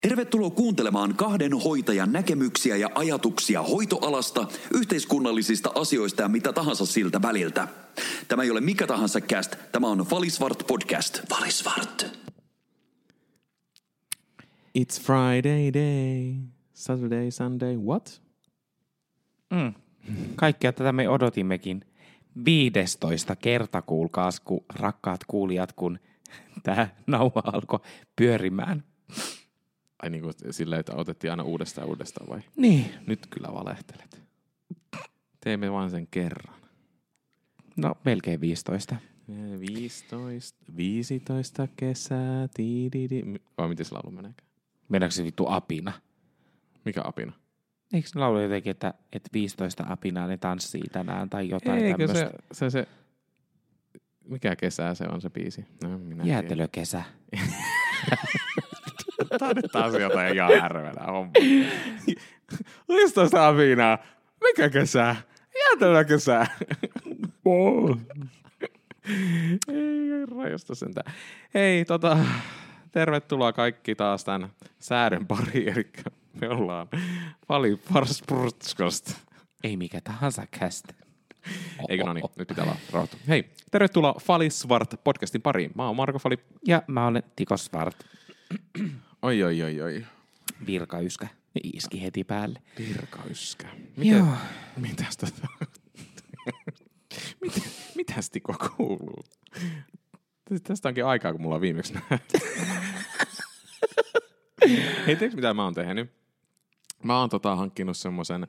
Tervetuloa kuuntelemaan kahden hoitajan näkemyksiä ja ajatuksia hoitoalasta, yhteiskunnallisista asioista ja mitä tahansa siltä väliltä. Tämä ei ole mikä tahansa cast, tämä on Valisvart podcast. Valisvart. It's Friday day, Saturday, Sunday, what? Kaikkea tätä me odotimmekin. 15 kerta, kuulkaas, rakkaat kuulijat, kun tämä nauha alkoi pyörimään. Ai niin kuin sillä, että otettiin aina uudestaan vai? Niin. Nyt kyllä valehtelet. Teemme vain sen kerran. No, melkein 15. 15 kesää, tiididi. Vai miten se laulu menee? Mennäänkö se vittu apina? Mikä apina? Eikö se laulu jotenkin, että 15 apinaa ne tanssii tänään tai jotain Eikö tämmöistä? se... Mikä kesää se on se biisi? No, Jäätelökesä. Tämä on nyt taas jotain ihan härvelää homma. 15 apinaa. Mikä kesää? Jäätelökesää. Ei rajoista sentään. Hei, tervetuloa kaikki taas tämän säädön pariin. Eli me ollaan Valisvartskosta. Ei mikä tahansa cast. Eikö no niin, nyt pitää olla rauhoittu. Hei, tervetuloa Valisvart podcastin pariin. Mä oon Marko Fali. Ja mä olen Tiko Svart. Oi. Virkayskä. Iski heti päälle. Virkayskä. Joo. Mitäs Tiko kuuluu? Tästä onkin aikaa, kun mulla on viimeksi nähty. Hei, tiedätkö mitä mä oon tehnyt? Mä oon hankkinut semmoisen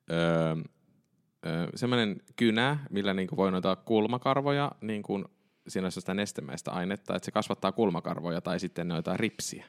semmoinen kynä, millä niinku voi noita kulmakarvoja, niinku, siinä on sitä nestemäistä ainetta, että se kasvattaa kulmakarvoja tai sitten noita ripsiä.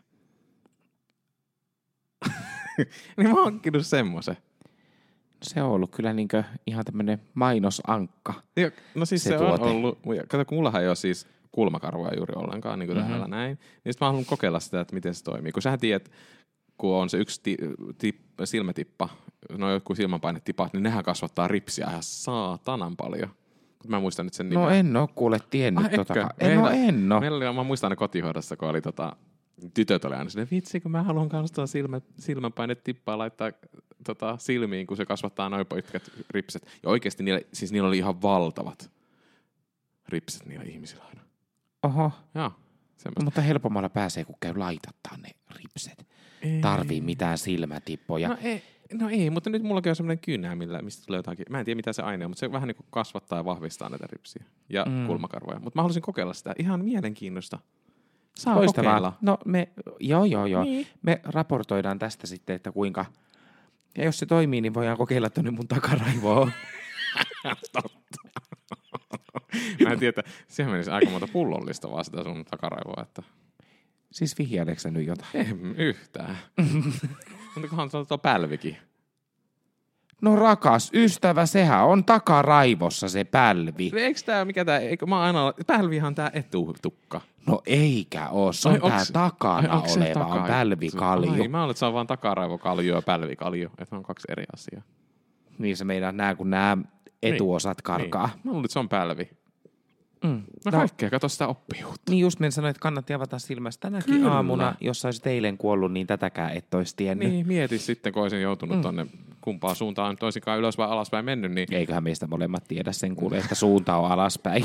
Niin mä oon hankkinut semmoisen. Se on ollut kyllä niinkö ihan tämmönen mainosankka. Joo, no siis se tuote. on ollut, kato kun mullahan ei ole siis kulmakarvoja juuri ollenkaan, niin kuin täällä näin, niin sit mä haluan kokeilla sitä, että miten se toimii. Kun sähän tiedät, kun on se yksi silmätippa, no jotkut silmänpainetipat, niin nehän kasvattaa ripsiä ihan saatanan paljon. Mä muistan nyt sen nimen. No en oo kuule tiennyt En oo. Mä muistan aina kotihoidossa, kun oli tytöt oli aina silleen, vitsi kun mä haluan kasvattaa silmänpainetippaa laittaa silmiin, kun se kasvattaa noin pitkät ripset. Ja oikeesti niillä oli ihan valtavat ripset niillä ihmisillä aina. Oho. Joo. No, mutta helpommalla pääsee, kun käy laitattaa ne ripset. Tarvii mitään silmätippoja. No ei, mutta nyt mullakin on semmoinen kynä, mistä tulee jotakin. Mä en tiedä mitä se aine on, mutta se vähän niin kuin kasvattaa ja vahvistaa näitä ripsiä ja kulmakarvoja. Mutta mä haluaisin kokeilla sitä. Ihan mielenkiinnosta. Saa kokeilla. No joo. Niin. Me raportoidaan tästä sitten, että kuinka... Ja jos se toimii, niin voidaan kokeilla tuonne mun takaraivoon. Mä en tiedä, että siihen menisi aika monta pullollista vaan sitä sun takaraivoa, että... Siis vihjaileeko sä nyt jotain? En yhtään. Mutta kohan se on tuo pälvikin. No rakas ystävä, sehän on takaraivossa se pälvi. Eikö tää, mikä tää, pälvihan on tää etutukka. No eikä oo, se on tää takana oleva, on pälvikalju. Ai, mä olen, että se on vaan takaraivokalju ja pälvikalju, että on kaksi eri asiaa. Niin se meidän kun nämä etuosat karkaa. Niin. Mä luulen, että se on pälvi. No kaikkea, kato sitä oppijuutta. Niin just sanoin, että kannatti avata silmästä tänäkin Kyllä. aamuna. Jos olisit eilen kuollut, niin tätäkään et olisi tiennyt. Niin, mieti sitten, kun olisin joutunut tonne kumpaan suuntaan, toisinkaan ylös vai alaspäin mennyt. Niin... Eiköhän meistä molemmat tiedä sen kuulee, että suunta on alaspäin.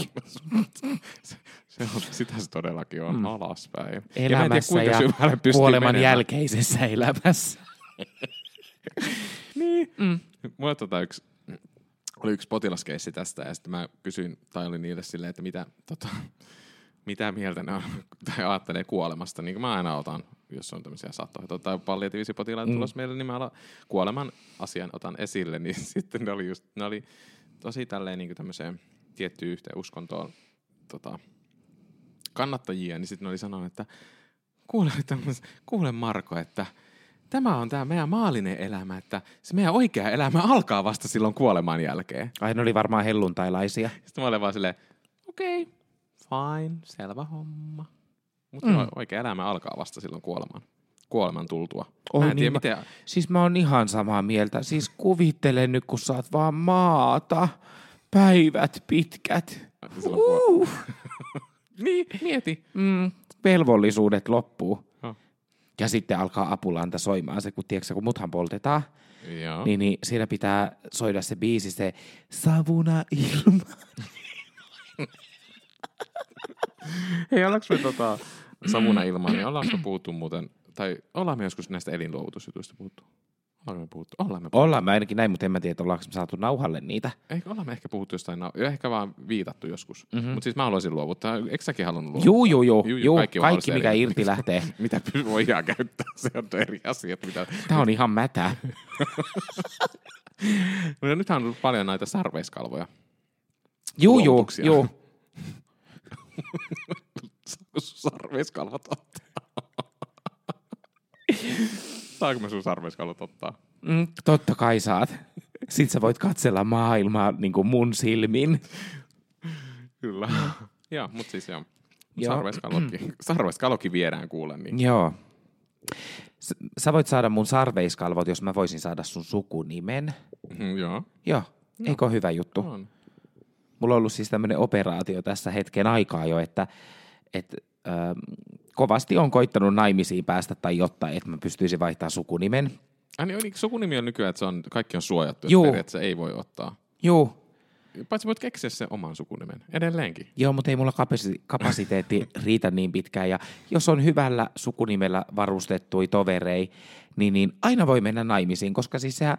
Sitä se todellakin on, alaspäin. Elämässä ja kuoleman jälkeisessä elämässä. Niin. Mulla oli yksi potilaskeissi tästä ja sitten mä kysyin, tai oli niille silleen, että mitä mieltä ne on, tai ajattelee kuolemasta. Niin kuin mä aina otan, jos on tämmöisiä saattohoitoja tai palliatiivisia potilaita tulossa meille, niin mä kuoleman asian otan esille. Niin sitten ne oli tosi tälleen niin kuin tämmöiseen tiettyyn yhteen uskontoon kannattajia, niin sitten ne oli sanonut, että kuule Marko, että tämä on tämä meidän maallinen elämä, että se meidän oikea elämä alkaa vasta silloin kuoleman jälkeen. Ai ne oli varmaan helluntailaisia. Sitten mä olin vaan silleen, okei, fine, selvä homma. Mutta oikea elämä alkaa vasta silloin kuoleman tultua. Mä en tiedä, miten... Siis mä oon ihan samaa mieltä. Siis kuvittele nyt, kun saat vaan maata, päivät pitkät. Niin, mieti. Velvollisuudet loppuu. Ja sitten alkaa apulanta soimaan se, kun tiedätkö, kun muthan poltetaan. Joo. Niin siinä pitää soida se biisi, se savuna ilma. Hei, ollaanko me savuna ilmaan, niin ollaanko me puhuttu muuten, tai ollaan me joskus näistä elinluovutusjutuista puhuttu? Ollaanko me puhuttu? Ollaan mä ainakin näin, mutta en mä tiedä, ollaanko me saatu nauhalle niitä. Ollaan me ehkä puhuttu jostain, ehkä vaan viitattu joskus. Mutta siis mä haluaisin luovuttaa. Eikö säkin halunnut luovuttaa? Juu. Kaikki mikä irti lähtee. Mitä voidaan käyttää, se on eri asiat. Tää on ihan mätä. No, nythän on ollut paljon näitä sarveiskalvoja. Juu. Saanko sun sarveiskalvot ottaa? Saanko mä sun sarveiskalvot ottaa? Totta kai saat. Sitten sä voit katsella maailmaa niin kuin mun silmin. Kyllä. Joo, mutta siis joo. Sarveiskalvokin viedään kuulen. Niin. Joo. Sä voit saada mun sarveiskalvot, jos mä voisin saada sun sukunimen. Joo. Eikö hyvä juttu? On. Mulla on ollut siis tämmöinen operaatio tässä hetken aikaa jo, että kovasti on koittanut naimisiin päästä tai jotain, että mä pystyisin vaihtamaan sukunimen. Niin sukunimi on nykyään, että kaikki on suojattu, että se ei voi ottaa. Joo. Paitsi voit keksiä sen oman sukunimen, edelleenkin. Joo, mutta ei mulla kapasiteetti riitä niin pitkään. Ja jos on hyvällä sukunimellä varustettui toverei, niin aina voi mennä naimisiin, koska siis sehän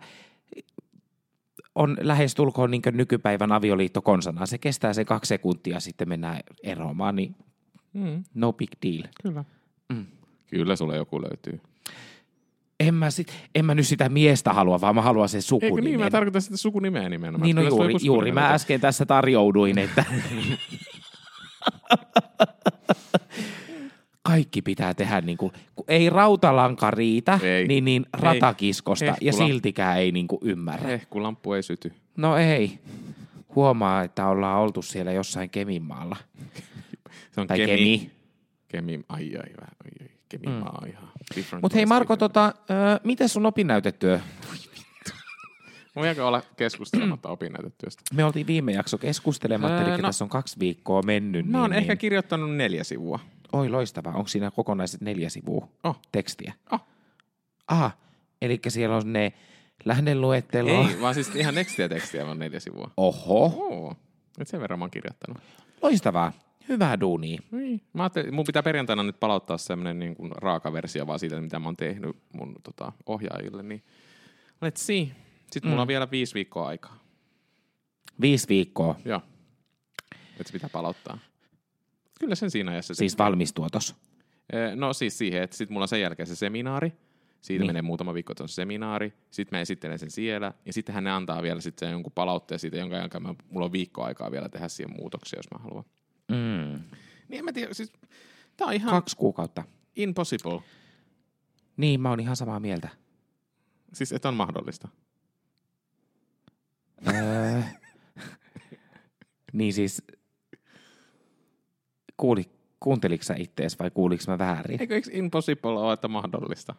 on lähestulkoon niin kuin nykypäivän avioliitto konsana. Se kestää se 2 sekuntia, sitten mennään eroamaan, niin no big deal. Kyllä. Kyllä sulle joku löytyy. En mä nyt sitä miestä halua, vaan mä haluan sen sukunimen. Eikö niin? Mä tarkoitan sitä sukunimeä nimenomaan. Niin, no juuri mä äsken tässä tarjouduin, että kaikki pitää tehdä niin kuin, kun ei rautalanka riitä, niin ratakiskosta ja siltikään ei niin kuin ymmärrä. Hehkulamppu ei syty. No ei. Huomaa, että ollaan oltu siellä jossain Keminmaalla. Se on tai Kemi. Ai. Kemimaa on ihan different. Mutta hei Marko, miten sun opinnäytetyö? Voidaanko olla keskustelematta opinnäytetyöstä? Me oltiin viime jakso keskustelematta, eli tässä on 2 viikkoa mennyt. Mä oon ehkä kirjoittanut 4 sivua. Oi loistavaa. Onko siinä kokonaiset 4 sivua tekstiä? Aha, eli siellä on ne lähdeluettelo. Ei, vaan siis ihan tekstiä on 4 sivua. Oho. Et sen verran mä oon kirjoittanut. Loistavaa. Hyvää duunia. Niin. Mä ajattelin, mun pitää perjantaina nyt palauttaa semmoinen niin kuin raaka versio vaan siitä, mitä mä oon tehnyt mun ohjaajille. Niin let's see. Sitten mulla on vielä 5 viikkoa aikaa. 5 viikkoa? Joo. Että se pitää palauttaa. Kyllä sen siinä ajassa. Siis valmistuotos? No siis siihen, että sitten mulla on sen jälkeen se seminaari. Siitä menee muutama viikko, että on seminaari. Sitten mä esittelen sen siellä. Ja sitten hän antaa vielä sitten jonkun palautteen siitä, jonka jälkeen mulla on viikko aikaa vielä tehdä siihen muutoksia, jos mä haluan. Niin en mä tiedä, siis tää on ihan 2 kuukautta. Impossible. Niin, mä oon ihan samaa mieltä. Siis että on mahdollista. Niin siis, kuunteliko sä ittees vai kuuliko mä väärin? Eikö impossible ole, että mahdollista?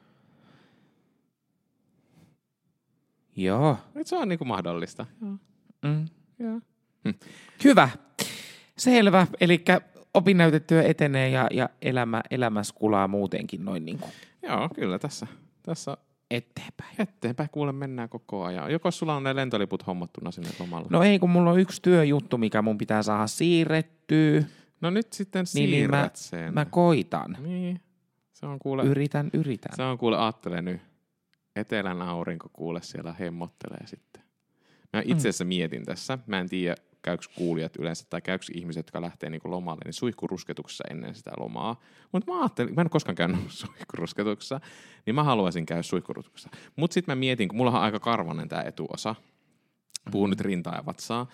Joo. Et se on niinku mahdollista. Joo. Hyvä. Selvä. Elikkä opinnäytetyö etenee ja elämässä kulaa muutenkin noin niin kuin. Joo, kyllä tässä eteenpäin kuule mennään koko ajan. Joko sulla on ne lentoliput hommattuna sinne lomalle? No ei, kun mulla on 1 työjuttu, mikä mun pitää saada siirrettyä. No nyt sitten siirrät sen. Mä koitan. Niin. Se on kuule. Yritän. Se on kuule, ajattele nyt. Etelän aurinko kuule siellä hemmottelee sitten. Mä itse asiassa mietin tässä. Mä en tiedä, käykö kuulijat yleensä tai käykö ihmiset, jotka lähtee niinku lomalle, niin suihkurusketuksessa ennen sitä lomaa. Mutta mä ajattelin, mä en ole koskaan käynyt suihkurusketuksessa, niin mä haluaisin käydä suihkurusketuksessa. Mutta sitten mä mietin, kun mulla on aika karvanen tää etuosa, puhun nyt rintaa ja vatsaa,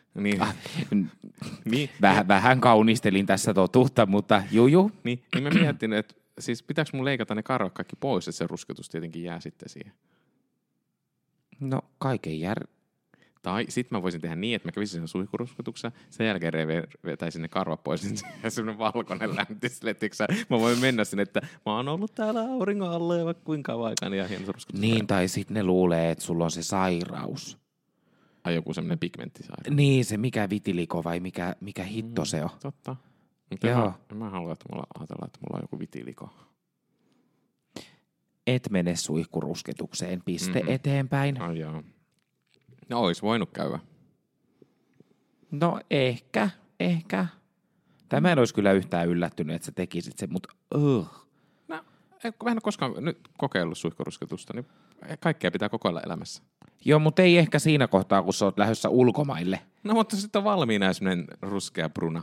niin, vähän kaunistelin tässä totuutta, mutta juu. Niin mä mietin, että siis pitääkö mun leikata ne karvat kaikki pois, että se rusketus tietenkin jää sitten siihen. No kaiken Tai sit mä voisin tehdä niin, että mä kävisin sen suihkurusketuksessa, sen jälkeen vetäisin ne karvat pois, niin semmoinen valkoinen lämmityslettiksä. Mä voin mennä sinne, että mä oon ollut täällä auringon alla ja vaikka kuinka kauan aikaan ja hieno rusketus. Niin, tai sit ne luulee, että sulla on se sairaus. Ai joku semmoinen pigmenttisairaus. Niin, se mikä vitiliko vai mikä hitto se on. Totta. Mutta en mä halua, että mulla ajatellaan, että mulla on joku vitiliko. et mene suihkurusketukseen, piste eteenpäin. Ai joo. No ois voinut käydä. No ehkä. Mä en olisi kyllä yhtään yllättynyt, että sä tekisit sen, mutta No, mä en ole koskaan nyt kokeillut suihkurusketusta, niin kaikkea pitää kokeilla elämässä. Joo, mutta ei ehkä siinä kohtaa, kun sä oot lähdössä ulkomaille. No, mutta sitten on valmiina semmoinen ruskea bruna.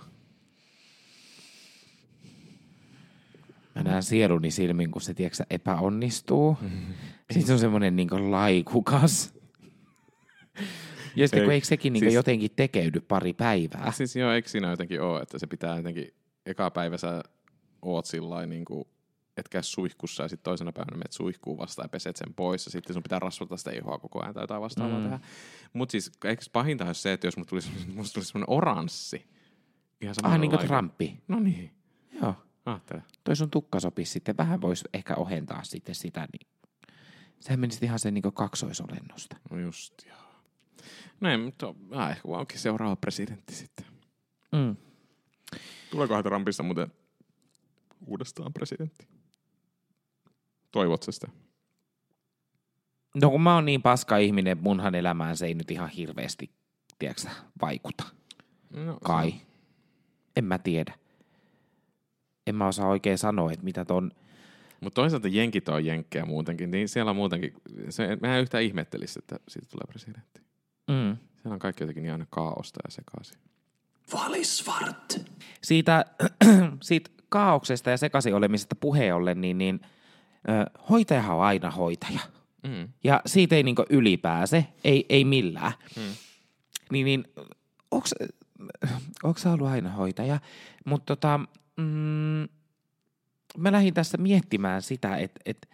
Mä näen sieluni silmin, kun se, tiedätkö, epäonnistuu. Sitten se on semmoinen niin laikukas. Ja sitten kun eikö sekin niin jotenkin tekeydy pari päivää. Siis joo, eikö siinä jotenkin ole, että se pitää jotenkin, eka päivä sä oot sillain niin kuin, et käy suihkussa ja sitten toisena päivänä menet suihkuun vastaan ja peset sen pois ja sitten sun pitää rasvata sitä ihoa koko ajan tai jotain vastaavaa tehdä. Mutta siis eikö pahinta olisi se, että jos musta tulisi semmoinen oranssi. Ihan samalla niin kuin Trumpi. No niin. Joo. Ajattele. Toi sun tukka sopisi sitten. Vähän voisi ehkä ohentaa sitten sitä. Niin. Sehän menisi ihan sen niin kuin kaksoisolennosta. No just joo. No ei, mutta ehkä vaan onkin seuraava presidentti sitten. Tuleekohan Trumpista muuten uudestaan presidentti? Toivotko sitä? No kun mä oon niin paska ihminen, munhan elämään se ei nyt ihan hirveästi, tiedätkö, vaikuta. No, Kai. En mä tiedä. En mä osaa oikein sanoa, että mitä ton... Mutta toisaalta jenkit on jenkkejä muutenkin, niin siellä on muutenkin, mä en yhtään ihmettelisi, että siitä tulee presidentti. Siellä on kaikki jotenkin niin aina kaaosta ja sekaisin. Valisvart. Siitä kaauksesta ja sekaisin olemisesta puheen ollen, niin hoitajahan on aina hoitaja. Ja siitä ei niinku ylipääse, ei millään. Niin onko sä ollut aina hoitaja? Mutta mä lähdin tässä miettimään sitä, että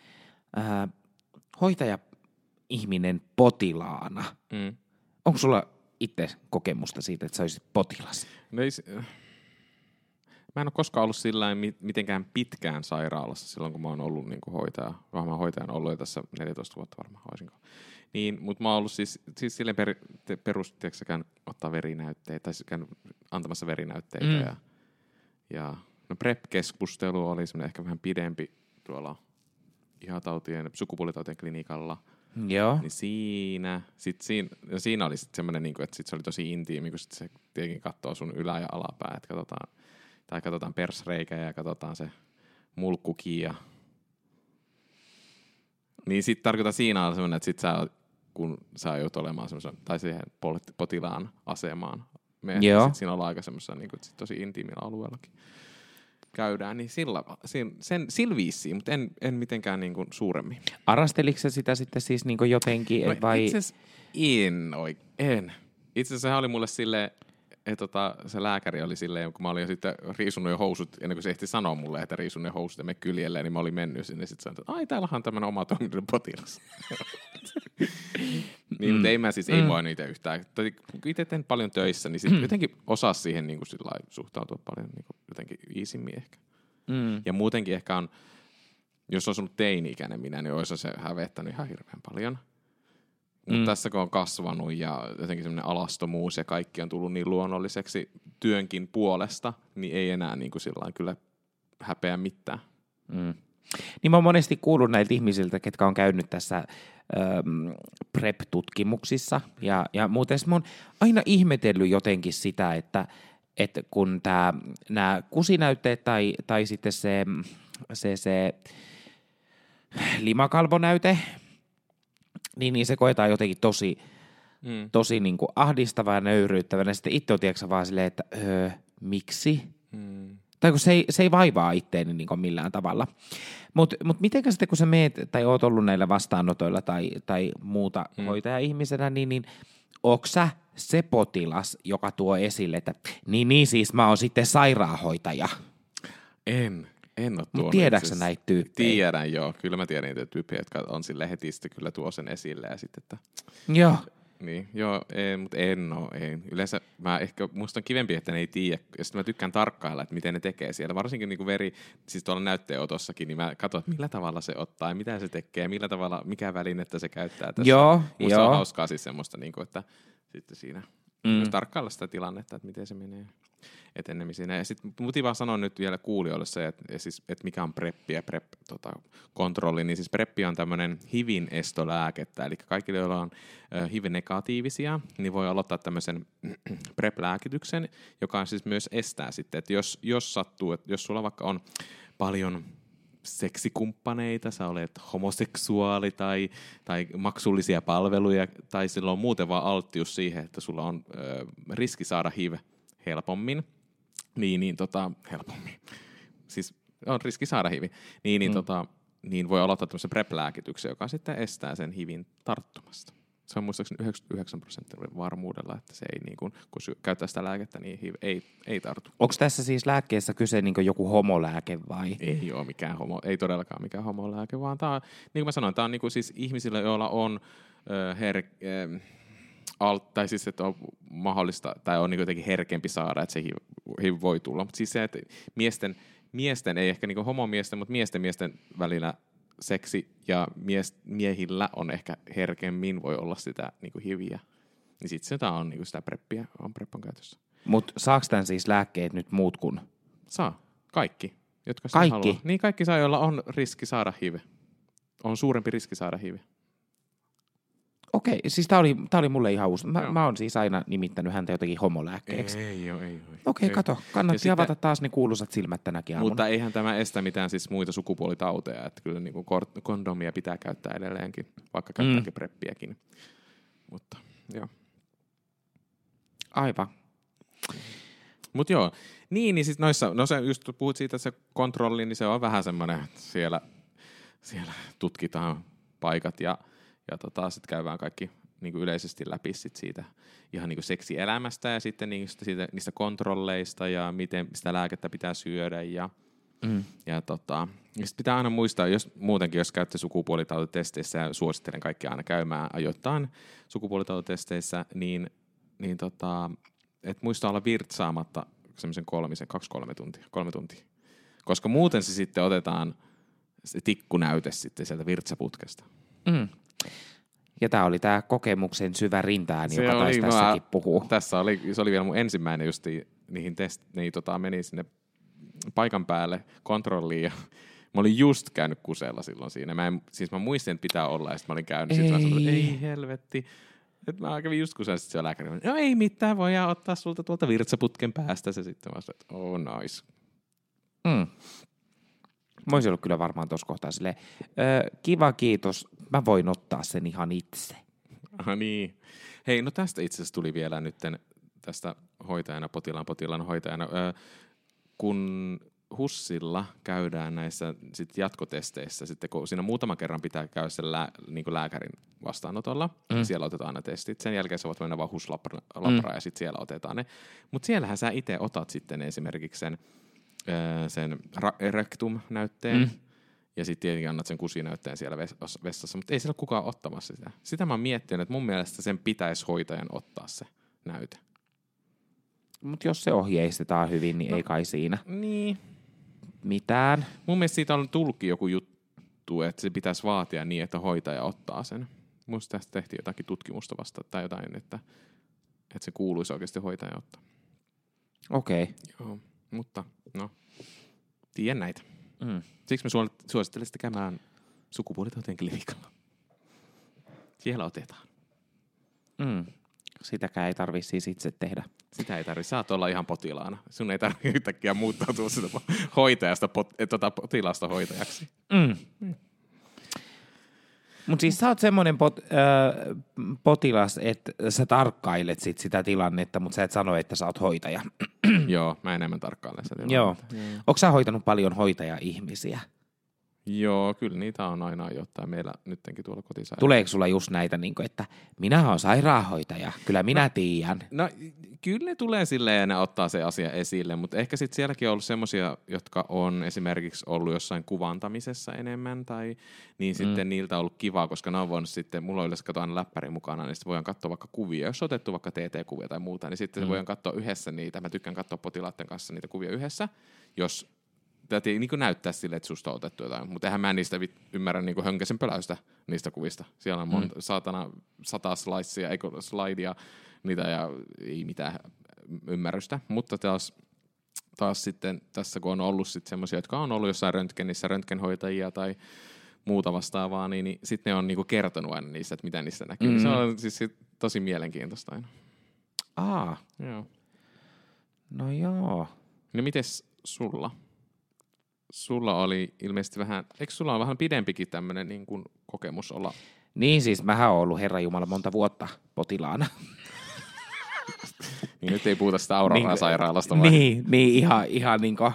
hoitaja-ihminen potilaana, onko sulla itse kokemusta siitä, että sä olisit potilas? No mä en ole koskaan ollut sillain mitenkään pitkään sairaalassa silloin, kun mä oon ollut niin kuin hoitaja. Mä oon hoitajan ollut jo tässä 14 vuotta varmaan, olisinko. Niin, mutta mä oon ollut siis silleen perusteeksi käynyt ottaa verinäytteitä, tai käynyt antamassa verinäytteitä. Ja no PrEP-keskustelu oli semmoinen ehkä vähän pidempi tuolla ihatautien, sukupuolitautien klinikalla. Joo. Niin siinä oli sitten semmoinen, niin että sit se oli tosi intiimi, kun sit se tietenkin katsoo sun ylä- ja alapää, että katsotaan persreikä ja katsotaan se mulkkukia. Niin sitten tarkoitan siinä on semmoinen, että sit kun sä joudut olemaan semmoisen, tai siihen potilaan asemaan, sit siinä ollaan aika semmoisessa niin kuin, tosi intiimillä alueellakin käydään, niin sillä viisiin, mutta en mitenkään niin kuin suuremmin. Arasteliko sä sitä sitten siis niin kuin jotenkin, no, vai? Itse asiassa en. Itse asiassa sehän oli mulle silleen, että se lääkäri oli silleen, kun mä olin jo sitten riisunut jo housut, ennen kuin se ehti sanoa mulle, että riisun ne housut ja me kyljelleen, niin mä olin mennyt sinne ja sitten sanoin, että ai, täällähän on tämmöinen oma toiminnan potilas. Niin, mutta ei mua niitä yhtään. Itse teen paljon töissä, niin sitten jotenkin osaa siihen niin kuin suhtautua paljon niin kuin jotenkin iisimmin ehkä. Ja muutenkin ehkä on, jos olisi ollut teini-ikäinen minä, niin olisi se hävettänyt ihan hirveän paljon. Mutta tässä kun on kasvanut ja jotenkin semmoinen alastomuus ja kaikki on tullut niin luonnolliseksi työnkin puolesta, niin ei enää niin kuin sillain kyllä häpeä mitään. Niin mä oon monesti kuullut näiltä ihmisiltä, ketkä on käynyt tässä PrEP-tutkimuksissa ja muuten mä oon aina ihmetellyt jotenkin sitä, että kun nämä kusinäytteet tai sitten se limakalvonäyte, niin se koetaan jotenkin tosi niin kuin ahdistavaa ja nöyryyttävänä. Sitten itse on tiedätkö vaan silleen, että miksi? Tai kun se ei vaivaa itteeni niin kuin millään tavalla. Mut mitenkä sitten kun sä meet tai oot ollut näillä vastaanotoilla tai muuta hoitaja-ihmisenä, niin ootko sä se potilas, joka tuo esille, että niin siis mä oon sitten sairaanhoitaja? En ole tuonut. Mutta tiedätkö sä näitä tyyppejä? Tiedän, joo. Kyllä mä tiedän niitä tyyppejä, jotka on silleen heti sitten kyllä tuo sen esille ja sitten, että... Joo. Niin, joo, mutta en ole. Yleensä musta on kivempi, että ne ei tiedä. Ja sitten mä tykkään tarkkailla, että miten ne tekee siellä. Varsinkin niin kuin siis tuolla näytteenotossakin, niin mä katson, että millä tavalla se ottaa ja mitä se tekee, millä tavalla, mikä välinettä se käyttää tässä. Joo, musta on hauskaa siis semmoista, niin kuin, että sitten siinä Myös tarkkailla sitä tilannetta, että miten se menee etenemisiin. Ja sitten muti vaan sanon nyt vielä kuulijoille se, että mikä on PrEP ja PrEP-kontrolli. Niin siis PrEP on tämmöinen HIVin estolääkettä, eli kaikille, joilla on HIV-negatiivisia, niin voi aloittaa tämmöisen PrEP-lääkityksen, joka siis myös estää sitten, että jos sattuu, että jos sulla vaikka on paljon seksikumppaneita, sä olet homoseksuaali tai maksullisia palveluja, tai sillä on muuten vaan alttius siihen, että sulla on riski saada HIV helpommin, helpommin, siis on riski saada HIV, niin voi aloittaa tämmöisen PrEP-lääkityksen, joka sitten estää sen HIVin tarttumasta. Se on muistaakseni 99% varmuudella, että se ei, kun käyttää sitä lääkettä, niin HIV ei tartu. Onko tässä siis lääkkeessä kyse joku homolääke vai? Ei ole mikään ei todellakaan mikään homolääke, vaan tämä on, niin kuin mä sanoin, tämä on siis ihmisille, joilla on tai siis, että on mahdollista, tai on jotenkin herkempi saada, että se HIV voi tulla. Mutta siis se, että miesten ei ehkä homomiesten, mutta miesten välillä seksi ja miehillä on ehkä herkemmin voi olla sitä HIViä. Niin sitten sitä on sitä PrEPiä, PrEP käytössä. Mutta saako tämän siis lääkkeet nyt muut kuin? Saa. Kaikki, jotka kaikki? Haluaa. Niin kaikki saa, joilla on riski saada HIV. On suurempi riski saada HIV. Okei, siis tää oli mulle ihan uusi. Mä oon siis aina nimittänyt häntä jotenkin homolääkkeeksi. Ei ole. Okei, kato. Kannatti avata taas ne kuuluisat silmät tänäkin aamuna. Mutta eihän tämä estä mitään siis muita sukupuolitauteja. Että kyllä kondomia pitää käyttää edelleenkin, vaikka käyttääkin PrEPiäkin. Mutta joo. Aivan. Mut joo. Niin siis noissa, sä just puhut siitä, että se kontrolli, niin se on vähän semmoinen, että siellä tutkitaan paikat ja sitten käydään kaikki yleisesti läpi siitä ihan seksielämästä ja sitten niistä kontrolleista ja miten sitä lääkettä pitää syödä ja sitten pitää aina muistaa, jos käytte sukupuolitautitesteissä ja suosittelen kaikkia aina käymään ajoittain sukupuolitautitesteissä, niin et muista olla virtsaamatta semmoisen 3 tuntia. Koska muuten se sitten otetaan se tikkunäyte sitten sieltä virtsaputkesta. Ja tämä oli tämä kokemuksen syvä rintaääni, joka taisi tässäkin puhuu. Se oli vielä mun ensimmäinen justi niihin menin sinne paikan päälle kontrolliin ja mä olin just käynyt kuseella silloin siinä. Mä muistin, että pitää olla ja sitten mä olin käynyt. Ei helvetti. Että mä kävin just kuseella sitten se lääkäri. No ei mitään, voidaan ottaa sulta tuolta virtsaputken päästä se sitten. Mä sanoin, että oh nice. Mä olisin ollut kyllä varmaan tuossa kohtaa silleen, kiva kiitos, mä voin ottaa sen ihan itse. Niin. Hei, no tästä itse asiassa tuli vielä nytten tästä potilaan hoitajana. Kun HUSilla käydään näissä sit jatkotesteissä, sitten kun siinä muutaman kerran pitää käydä sen lääkärin vastaanotolla, siellä otetaan aina testit. Sen jälkeen sä voit mennä vaan HUS-labraan ja sitten siellä otetaan ne. Mutta siellähän sä itse otat sitten esimerkiksi sen rectum-näytteen ja sitten tietenkin annat sen kusinäytteen siellä vessassa, mutta ei siellä ole kukaan ottamassa sitä. Sitä mä oon miettinyt, että mun mielestä sen pitäisi hoitajan ottaa se näyte. Mutta jos se ohjeistetaan hyvin, niin ei kai siinä niin mitään. Mun mielestä siitä on tullut joku juttu, että se pitäisi vaatia niin, että hoitaja ottaa sen. Musta tästä tehtiin jotakin tutkimusta vasta tai jotain, että se kuuluisi oikeasti hoitaja ottaa. Okei. Joo, mutta no, tiedän näitä. Siksi mä suosittelen sitä käymään sukupuolitautien klinikalla. Siellä otetaan. Sitäkään ei tarvitse siis itse tehdä. Sitä ei tarvitse. Saat olla ihan potilaana. Sun ei tarvitse yhtäkkiä muuttaa sitä hoitajasta potilaasta hoitajaksi. Mutta siis sä oot semmoinen potilas, että sä tarkkailet sitä tilannetta, mutta sä et sano, että sä oot hoitaja. Joo, mä enemmän tarkkailen sitä tilannetta. Joo. Onko sä hoitanut paljon hoitaja-ihmisiä? Joo, kyllä niitä on aina ajoittain meillä nyttenkin tuolla kotisairaalassa. Tuleeko sulla just näitä, että minä olen sairaanhoitaja, kyllä minä tiedän? No kyllä ne tulee silleen ja ne ottaa se asia esille, mutta ehkä sitten sielläkin on ollut semmoisia, jotka on esimerkiksi ollut jossain kuvantamisessa enemmän, tai niin sitten niiltä on ollut kivaa, koska ne on voinut sitten, mulla on yleensä katsoa aina läppäri mukana, niin sitten voidaan katsoa vaikka kuvia, jos on otettu vaikka TT-kuvia tai muuta, niin sitten voidaan katsoa yhdessä niitä, mä tykkään katsoa potilaiden kanssa niitä kuvia yhdessä, jos täytyy niin näyttää sille, että susta on otettu jotain. Mutta eihän mä niistä ymmärrä niin hönkäsen pöläystä niistä kuvista. Siellä on saatana 100 slidea niitä ja ei mitään ymmärrystä. Mutta taas sitten tässä, kun on ollut semmoisia, jotka on ollut jossain röntgenissä, röntgenhoitajia tai muuta vastaavaa, niin sitten ne on niinku kertonut aina niistä, että mitä niistä näkyy. Se on siis tosi mielenkiintoista aina. Joo. No joo. No mites sulla? Sulla oli ilmeisesti vähän, eikö sulla ole vähän pidempikin tämmöinen niin kuin kokemus olla? Niin siis, mähän oon ollut Herranjumala monta vuotta potilaana. Niin nyt ei puhuta sitä Aurora-sairaalasta vai? Niin ihan niinku,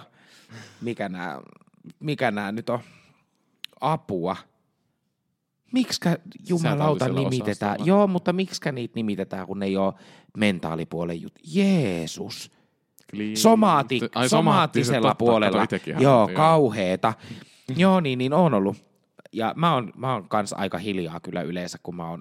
mikä nää nyt on? Apua. Miksikä jumalauta nimitetään? Joo, mutta miksikä niitä nimitetään, kun ne ei ole mentaalipuolen juttu? Jeesus. Somaattisella puolella. Joo, kauheeta. Joo, niin on ollut. Ja mä oon kans aika hiljaa kyllä yleensä, kun mä oon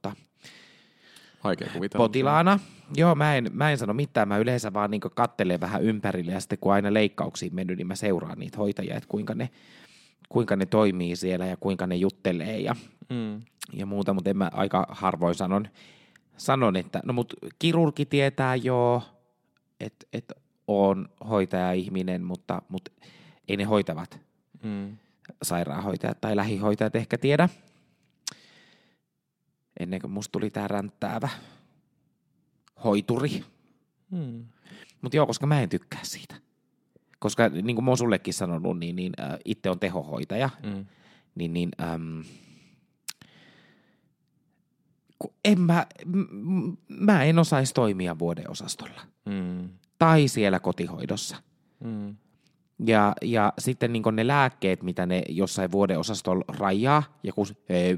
potilaana. Joo, mä en sano mitään. Mä yleensä vaan niinku kattelen vähän ympärille ja sitten kun aina leikkauksiin mennyt, niin mä seuraan niitä hoitajia, että kuinka ne toimii siellä ja kuinka ne juttelee ja muuta, mutta en mä aika harvoin sanon että no mut kirurgi tietää joo, että on hoitaja-ihminen, mutta ei ne hoitavat sairaanhoitajat tai lähihoitajat ehkä tiedä. Ennen kuin musta tuli tää ränttäävä hoituri. Mutta joo, koska mä en tykkää siitä. Koska niin kuin mä oon sullekin sanonut, niin itse on tehohoitaja. Mä en osaisi toimia vuodeosastolla. Tai siellä kotihoidossa. Ja sitten niin ne lääkkeet, mitä ne jossain vuodeosastolla rajaa, ja kun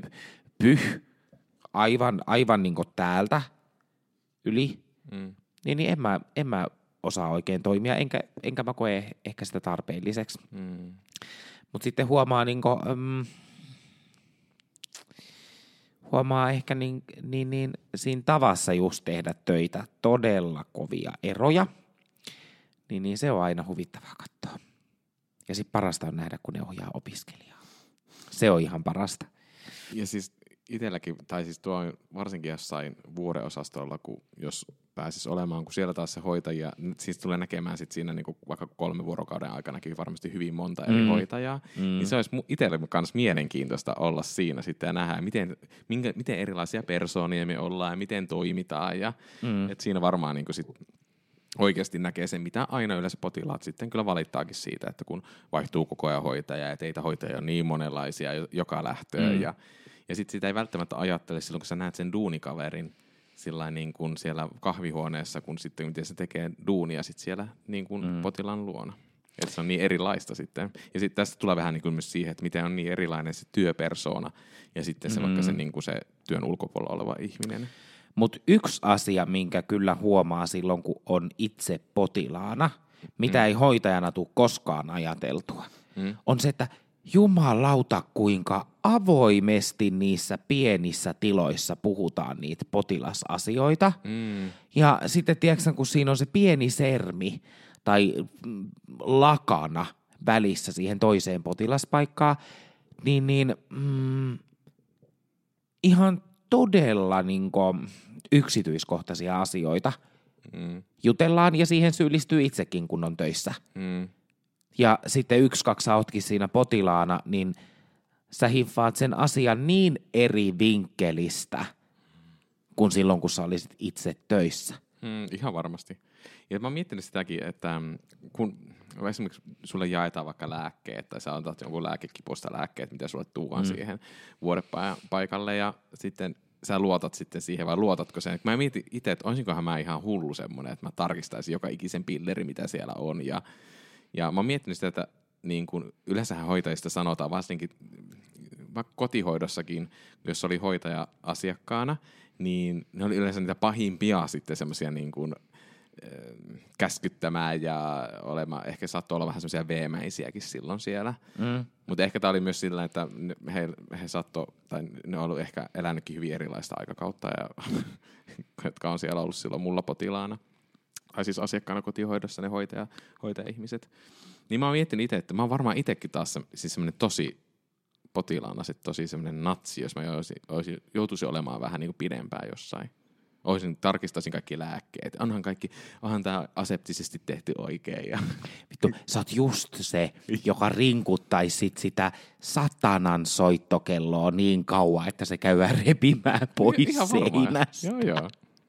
aivan niin täältä yli, niin en mä osaa oikein toimia, enkä mä koe ehkä sitä tarpeelliseksi. Mutta sitten huomaa ehkä niin siinä tavassa just tehdä töitä todella kovia eroja, niin se on aina huvittavaa katsoa. Ja sitten parasta on nähdä, kun ne ohjaa opiskelijaa. Se on ihan parasta. Ja siis itselläkin, tai siis tuo on varsinkin jossain vuodeosastolla, kun jos pääsisi olemaan, kun siellä taas se hoitajia, siis tulee näkemään sit siinä niinku vaikka 3 vuorokauden aikanakin varmasti hyvin monta eri hoitajaa, niin se olisi itselle myös mielenkiintoista olla siinä sitten ja nähdä, miten erilaisia persoonia me ollaan ja miten toimitaan, ja että siinä varmaan niinku sit oikeasti näkee sen, mitä aina yleensä potilaat sitten kyllä valittaakin siitä, että kun vaihtuu koko ajan hoitajaa, ja teitä hoitajia on niin monenlaisia joka lähtöön, ja sitten sitä ei välttämättä ajattele silloin, kun sä näet sen duunikaverin sillain niin kuin siellä kahvihuoneessa, kun sitten miten se tekee duunia sit siellä niin kuin potilaan luona. Että se on niin erilaista sitten. Ja sitten tästä tulee vähän niin kuin myös siihen, että miten on niin erilainen se työpersoona ja sitten se vaikka se, niin kuin se työn ulkopuolella oleva ihminen. Mutta yksi asia, minkä kyllä huomaa silloin, kun on itse potilaana, mitä ei hoitajana tule koskaan ajateltua, on se, että jumalauta, kuinka avoimesti niissä pienissä tiloissa puhutaan niitä potilasasioita. Ja sitten tiedätkö, kun siinä on se pieni sermi tai lakana välissä siihen toiseen potilaspaikkaan, niin ihan todella yksityiskohtaisia asioita jutellaan ja siihen syyllistyy itsekin, kun on töissä. Ja sitten 1-2 sä ootkin siinä potilaana, niin sä hiffaat sen asian niin eri vinkkelistä kuin silloin, kun sä olisit itse töissä. Ihan varmasti. Ja mä oon miettinyt sitäkin, että kun esimerkiksi sulle jaetaan vaikka lääkkeet, tai sä antat jonkun lääkekipusta lääkkeet, mitä sulle tuukaan siihen vuodepaikalle, ja sitten sä luotat sitten siihen, vai luotatko sen? Mä mietin itse, että olisinkohan mä ihan hullu semmoinen, että mä tarkistaisin joka ikisen pilleri, mitä siellä on, ja mä oon miettinyt sitä, että niin kun yleensähän hoitajista sanotaan, varsinkin vaikka kotihoidossakin, jos oli hoitaja asiakkaana, niin ne oli yleensä niitä pahimpia sitten semmoisia niin kuin käskyttämään ja ehkä saattoi olla vähän semmoisia veemäisiäkin silloin siellä. Mutta ehkä tämä oli myös sillä, että he saattoi, tai ne on ollut ehkä elänytkin hyvin erilaista aikakautta, ja, jotka on siellä ollut silloin mulla potilaana. tai siis asiakkaana kotihoidossa ne hoitaja-ihmiset. Niin mä oon miettinyt itse, että mä oon varmaan itsekin taas siis semmoinen tosi potilaana sit tosi semmoinen natsi, jos mä joutuisin olemaan vähän niin kuin pidempään jossain. Tarkistaisin kaikki lääkkeet. Onhan tää aseptisesti tehty oikein. Ja vittu, sä oot just se, joka rinkuttaisi sitä satanan soittokelloa niin kauan, että se käy repimään pois seinästä. Joo.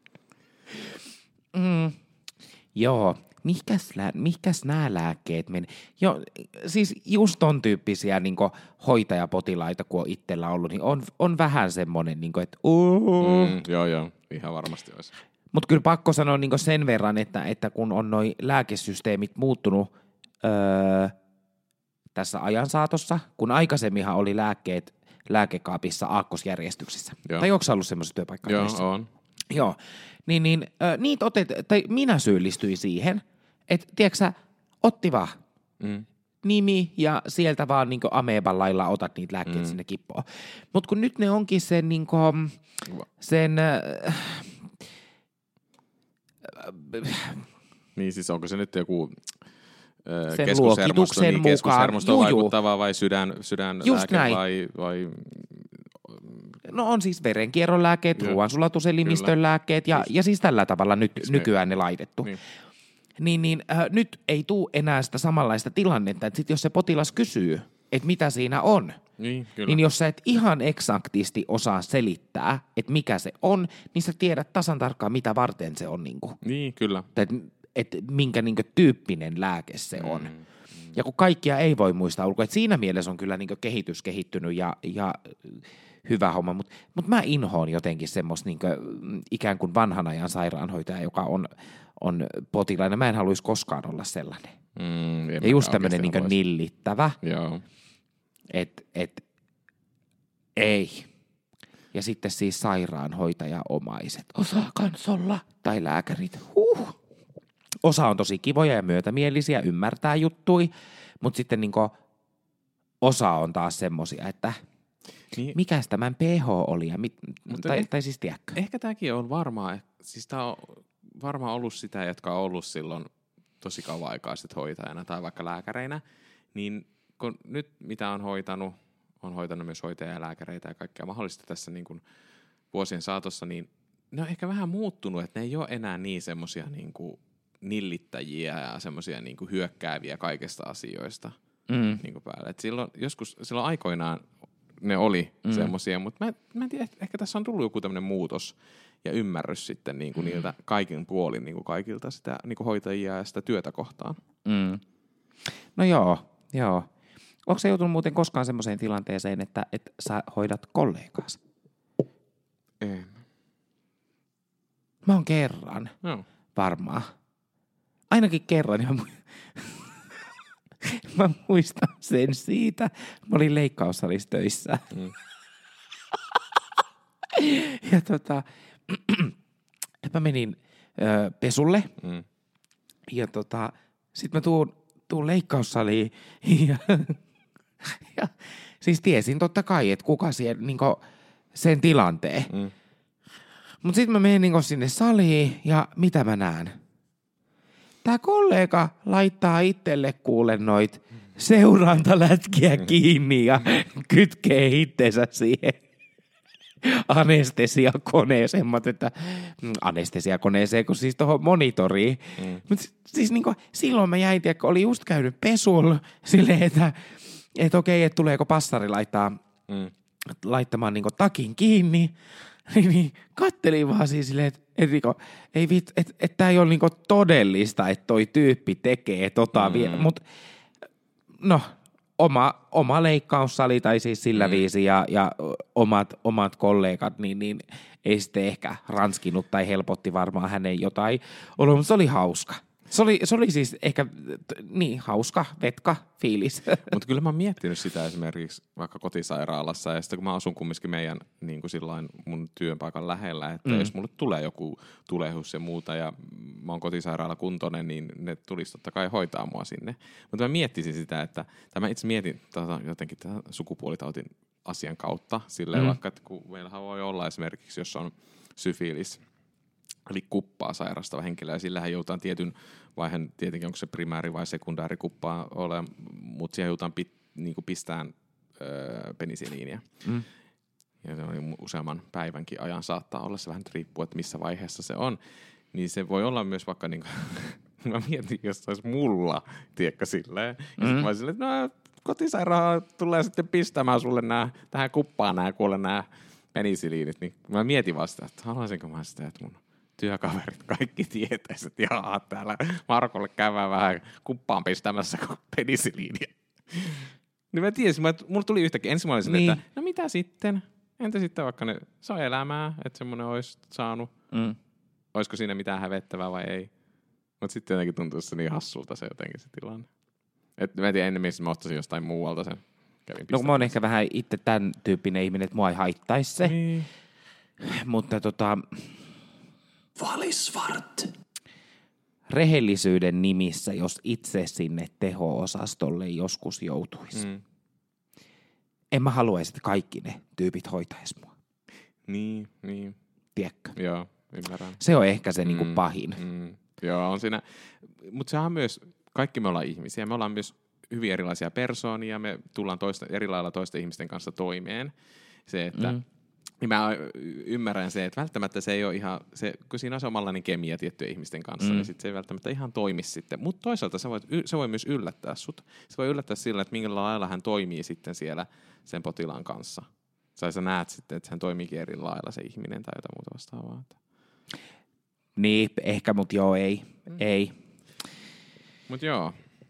Joo, mihkäs nämä lääkkeet menee? Joo, siis just ton tyyppisiä niin hoitajapotilaita, kun on itsellä ollut, niin on vähän semmoinen, niin että joo, ihan varmasti olisi. Mutta kyllä pakko sanoa niin sen verran, että kun on noi lääkesysteemit muuttunut tässä ajan saatossa, kun aikaisemminhan oli lääkkeet lääkekaapissa aakkosjärjestyksessä. Joo. Tai onko sä ollut semmoisessa työpaikkaa? Joo, on. Joo, niin niitä tai minä syyllistyin siihen, että tiedätkö sä, otti vaan nimi ja sieltä vaan niin ameeban lailla otat niitä lääkkeitä sinne kippoon. Mutta kun nyt ne onkin sen niin siis onko se nyt joku sen luokituksen keskushermostoon vaikuttava vai sydänlääke vai no on siis verenkierron lääkkeet, ruoansulatuselimistön lääkkeet ja siis tällä tavalla nykyään ne laitettu. Niin, nyt ei tule enää sitä samanlaista tilannetta, että sit jos se potilas kysyy, että mitä siinä on, niin jos sä et ihan eksaktisti osaa selittää, että mikä se on, niin sä tiedät tasan tarkkaan, mitä varten se on. Niin, kyllä. Että minkä tyyppinen lääke se on. Ja kun kaikkia ei voi muistaa ulkoa, että siinä mielessä on kyllä kehitys kehittynyt ja hyvä homma, mutta mä inhoon jotenkin semmoista ikään kuin vanhan ajan sairaanhoitaja, joka on potilaina. Mä en haluaisi koskaan olla sellainen. Ja just tämmöinen nillittävä. Joo. Ei. Ja sitten siis sairaanhoitaja-omaiset. Osaa kans olla. Tai lääkärit. Osa on tosi kivoja ja myötämielisiä, ymmärtää juttui, mutta sitten osa on taas semmosia, että mikäs tämän pH oli ja tai siis tiedätkö? Ehkä tämäkin on varmaan, siis tämä on varmaan ollut sitä, jotka on ollut silloin tosi kauan aikaa sitten hoitajana tai vaikka lääkäreinä, niin kun nyt mitä on hoitanut myös hoitajia ja lääkäreitä ja kaikkea mahdollista tässä niin kuin vuosien saatossa, niin ne on ehkä vähän muuttunut, että ne ei ole enää niin semmoisia niin kuin nillittäjiä ja semmoisia niin kuin hyökkääviä kaikista asioista niin kuin päälle. Et silloin aikoinaan ne oli semmoisia, mutta mä en tiedä, ehkä tässä on tullut joku tämmöinen muutos ja ymmärrys sitten niin kuin niiltä kaikin puolin niin kuin kaikilta sitä niin kuin hoitajia ja sitä työtä kohtaan. No joo. Onko se joutunut muuten koskaan semmoiseen tilanteeseen, että sä hoidat kollegaasi? En. Mä oon kerran. No. Varmaan. Ainakin kerran. Ja mä muistan sen siitä. Mä olin leikkaussalissa töissä. Ja mä menin pesulle. Ja sit mä tuun leikkaussaliin. Ja siis tiesin totta kai, että kuka siellä sen tilanteen. Mut sit mä menen sinne saliin ja mitä mä näen? Tää kollega laittaa itselle kuule noit seurantalätkiä kiinni ja kytkee itteensä siihen anestesiakoneeseen. Mä että anestesiakoneeseen, kun siis tohon monitoriin. Mut siis silloin mä jäin, tiedä, oli just käynyt pesulla silleen, että okei, että tuleeko passari laittamaan takin kiinni. Niin kattelin vaan siis silleen, että tää ei ole todellista, että toi tyyppi tekee vielä. Mut no, oma leikkaussali tai siis sillä viisi ja omat kollegat, niin ei sitten ehkä ranskinut tai helpotti varmaan hänen jotain oloa, mutta se oli hauska. Se oli siis ehkä hauska, vetka, fiilis. Mutta kyllä mä oon miettinyt sitä esimerkiksi vaikka kotisairaalassa ja sitten kun mä asun kumminkin meidän niin kuin sillain mun työpaikan lähellä, että jos mulle tulee joku tulehus ja muuta ja mä oon kotisairaalakuntoinen, niin ne tulisi totta kai hoitaa mua sinne. Mutta mä miettisin sitä, että mä itse mietin jotenkin tämän sukupuolitautin asian kautta silleen vaikka, että kun meillähän voi olla esimerkiksi, jos on syfilis eli kuppaa sairastava henkilö, ja sillähän joudutaan tietyn vaiheen, tietenkin onko se primääri- vai sekundäärikuppaa ole, mutta siihen joudutaan niinku pistämään penisiliiniä. Ja se on useamman päivänkin ajan saattaa olla, se vähän riippuu, että missä vaiheessa se on. Niin se voi olla myös vaikka, niinku, mä mietin, jos se olisi mulla, tiedätkö, silleen. Ja sitten mä olisin silleen, että no kotisairaan tulee sitten pistämään sulle tähän kuppaan nämä penisiliinit. Niin mä mietin vasta, että haluaisinko mä sitä, että mun työkaverit kaikki tietäisivät, että jaha, täällä Markolle käydään vähän kuppaan pistämässä penisiliiniä. Niin mä tiesin, mulla tuli yhtäkkiä ensimmäisenä, niin. Että no mitä sitten? Entä sitten vaikka se on elämää, että semmoinen olisi saanut. Olisiko siinä mitään hävettävää vai ei? Mutta sitten jotenkin tuntuu se niin hassulta se jotenkin se tilanne. Et mä en tiedä ennemmin, mä ottaisin jostain muualta sen. No mä oon ehkä vähän itse tämän tyyppinen ihminen, että mua ei haittaisi se. Niin. Mutta Valisvart. Rehellisyyden nimissä, jos itse sinne teho-osastolle joskus joutuisi. En mä haluaisi, että kaikki ne tyypit hoitaisi mua. Niin. Tiedätkö? Joo, ymmärrän. Se on ehkä se niinku pahin. Joo, on siinä. Mutta sehän on myös, kaikki me ollaan ihmisiä. Me ollaan myös hyvin erilaisia persoonia. Me tullaan eri lailla toisten ihmisten kanssa toimeen. Se, että niin mä ymmärrän se, että välttämättä se ei ole ihan, kun siinä on samanlainen kemia tiettyjen ihmisten kanssa, niin sit se ei välttämättä ihan toimi sitten. Mutta toisaalta se voi myös yllättää sut. Se voi yllättää sillä, että minkä lailla hän toimii sitten siellä sen potilaan kanssa. Sä näet sitten, että hän toimiikin eri lailla se ihminen tai jotain muuta vastaavaa. Niin, ehkä, mutta joo, ei. Mutta joo,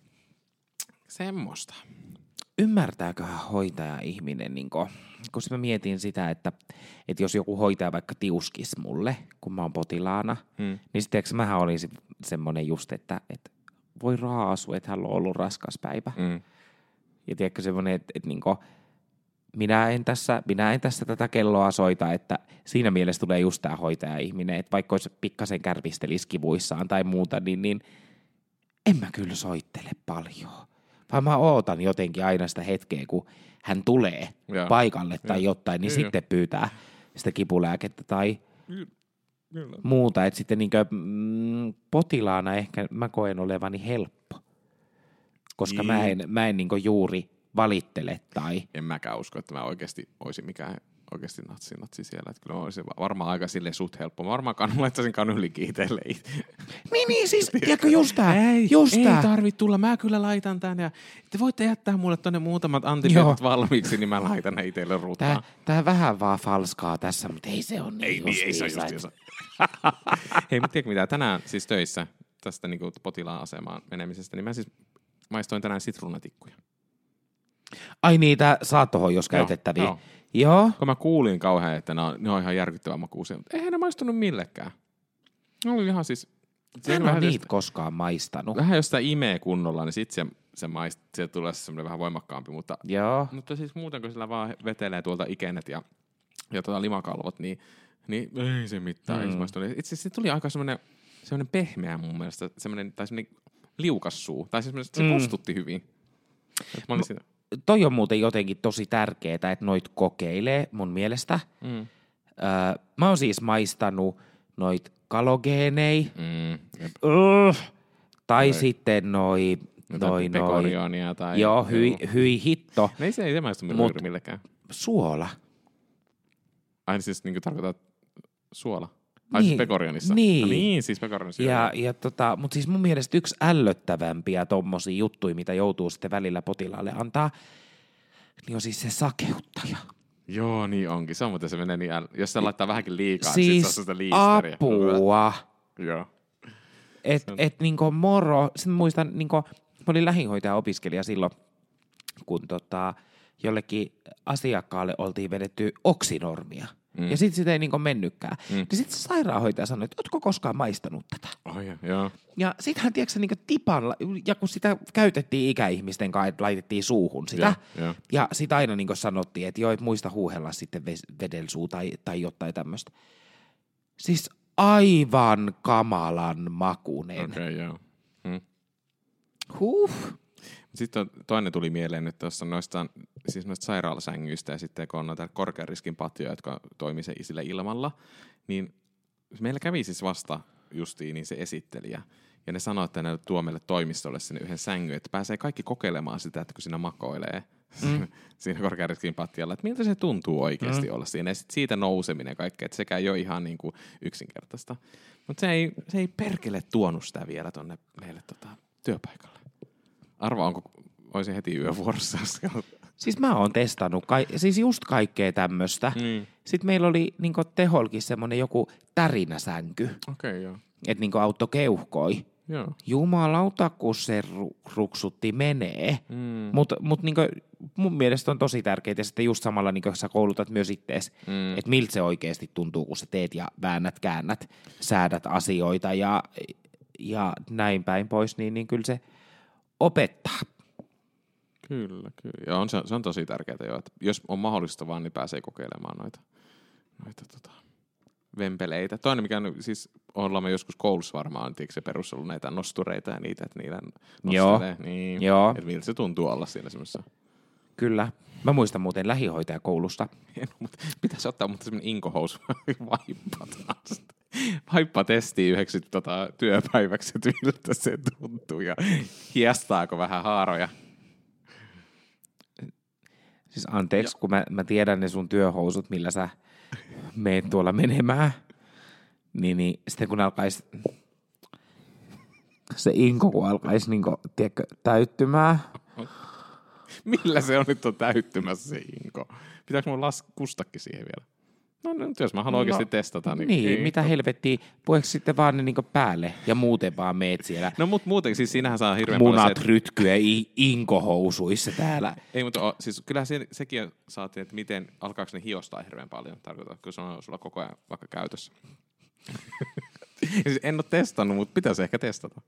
semmoista. Ymmärtääköhän hoitaja-ihminen, niin kun mä mietin sitä, että jos joku hoitaja vaikka tiuskisi mulle, kun mä oon potilaana, niin sitten mähän olisin semmoinen just, että voi raasu, että hän on ollut raskas päivä. Ja tiedätkö semmoinen, että niin kun, minä en tässä tätä kelloa soita, että siinä mielessä tulee just tämä hoitaja-ihminen, että vaikka olisi pikkasen kärvistelisi kivuissaan tai muuta, niin en mä kyllä soittele paljon. Vaan mä ootan jotenkin aina sitä hetkeä, kun hän tulee paikalle tai jotain, niin sitten pyytää sitä kipulääkettä tai muuta. Että sitten potilaana ehkä mä koen olevani helppo, koska mä en juuri valittele tai... En mäkään usko, että mä oikeasti olisin mikään oikeasti natsi siellä. Että kyllä olisi varmaan aika silleen suht helppo. Mä varmaan laittaisin kanyllikin itselle. Niin siis, tiedätkö, just tää. Ei tarvitse tulla, mä kyllä laitan tän. Ja te voitte jättää mulle tonne muutamat antibiootit valmiiksi, niin mä laitan ne itselle rutaan. Tää vähän vaan falskaa tässä, mutta ei se ole niin ei se ole just. Hei, mutta tiedätkö mitä, tänään siis töissä tästä niin potilaan asemaan menemisestä, niin mä siis maistoin tänään sitruunatikkuja. Ai niitä saattohoidossa käytettäviä. Joo. Kun mä kuulin kauhean, että ne on ihan järkyttävän makuisia, mutta eihän ne maistunut millekään. Ne oli ihan siis... En ole niitä koskaan maistanut. Vähän jos sitä imee kunnolla, niin sitten se tulee semmoinen vähän voimakkaampi, mutta siis muuten kun sillä vaan vetelee tuolta ikenet ja limakalvot, niin ei se mitään. Ei se maistunut. Itse asiassa se tuli aika semmoinen pehmeä mun mielestä, semmoinen liukas suu, tai siis se kostutti hyvin. Mä olin siinä. Toi on muuten jotenkin tosi tärkeää, että noit kokeilee mun mielestä. Mä oon siis maistanut noit kalogeenei. Tai sitten noi pekorionia tai... Joo, hyi hitto. Ei se maistu millekään. Suola. Aina siis niin tarkoitat suola? Ai siis pekorionissa? Niin. Niin, siis pekorionissa. Mutta siis mun mielestä yksi ällöttävämpiä tommosia juttuja, mitä joutuu sitten välillä potilaalle antaa, niin on siis se sakeuttaja. Joo, niin onkin. Se on muuten se menee niin, jos se laittaa vähänkin liikaa, siis niin sit se on sitä liisteriä. Apua. Joo. Et niinku moro, sitten muistan, niinku, mä olin lähihoitaja-opiskelija silloin, kun jollekin asiakkaalle oltiin vedetty oksinormia. Ja sitten sitä ei niinku mennytkään. Niin sitten se sairaanhoitaja sanoi, että ootko koskaan maistanut tätä? Joo. Ja sittenhän tiedätkö niinku tipalla, ja kun sitä käytettiin ikäihmisten kanssa, että laitettiin suuhun sitä. Ja sitä aina niinku sanottiin, että joo, et muista huuhella sitten vedelsuu tai jotain tämmöistä. Siis aivan kamalan makunen. Okei, joo. Sitten toinen tuli mieleen nyt tuossa noista sairaalasängyistä ja sitten kun on noita korkean riskin patjoja, jotka toimii sillä ilmalla, niin meillä kävi siis vasta justiin niin se esittelijä. Ja ne sanoi, että ne tuo meille toimistolle sinne yhden sängyn, että pääsee kaikki kokeilemaan sitä, että kun siinä makoilee siinä korkeariskin patjalla, että miltä se tuntuu oikeasti olla siinä. Ja sit siitä nouseminen ja kaikkea, että sekään ei ole ihan niin kuin yksinkertaista. Mutta se ei perkele tuonut sitä vielä tonne meille työpaikalle. Arva, olisin heti yövuorossa. Siis mä oon testannut siis just kaikkea tämmöstä. Sitten meillä oli niinku Teholkin semmonen joku tärinäsänky. Okei, joo. Että niinku auttoi keuhkoi. Joo. Jumalauta, kun se ruksutti menee. Mut niinku mun mielestä on tosi tärkeää. Ja sitten just samalla niinku sä koulutat myös ittees, että miltä se oikeasti tuntuu, kun sä teet ja väännät, käännät, säädät asioita ja näin päin pois, niin kyllä se opettaa. Kyllä. Ja se on tosi tärkeää jo, että jos on mahdollista vaan, niin pääsee kokeilemaan noita vempeleitä. Toinen, mikä siis ollaan me joskus koulussa varmaan, tiedätkö se perus ollut näitä nostureita ja niitä, että niillä nostelee. Niin, Joo. Että miltä se tuntuu olla siinä semmoisessa. Kyllä. Mä muistan muuten lähihoitajakoulusta. Pitäisi ottaa mutta semmoinen inkohousu vaippa taas. Vaippa testiin yhdeksi työpäiväksi, että miltä se tuntuu ja hiestaako vähän haaroja. Siis anteeksi, kun mä tiedän ne sun työhousut, millä sä meet tuolla menemään, niin sitten kun alkaisi se inko, kun alkaisi niinku, tiedätkö, täyttymään. Millä se on nyt täyttymässä se inko? Pitääkö mun kustakin siihen vielä? No nyt jos mä haluan oikeasti testata. Niin mitä helvettiä, voiko sitten vaan ne niinku päälle ja muuten vaan meet siellä. No mut muuten, siis siinähän saa hirveän munat paljon se, rytkyä inkohousuissa täällä. Ei, mutta siis kyllähän sekin saatiin, että miten, alkaako ne hiostaa hirveän paljon, tarkoittaa, kun se on sulla koko ajan vaikka käytössä. Siis en ole testannut, mutta pitäisi ehkä testata.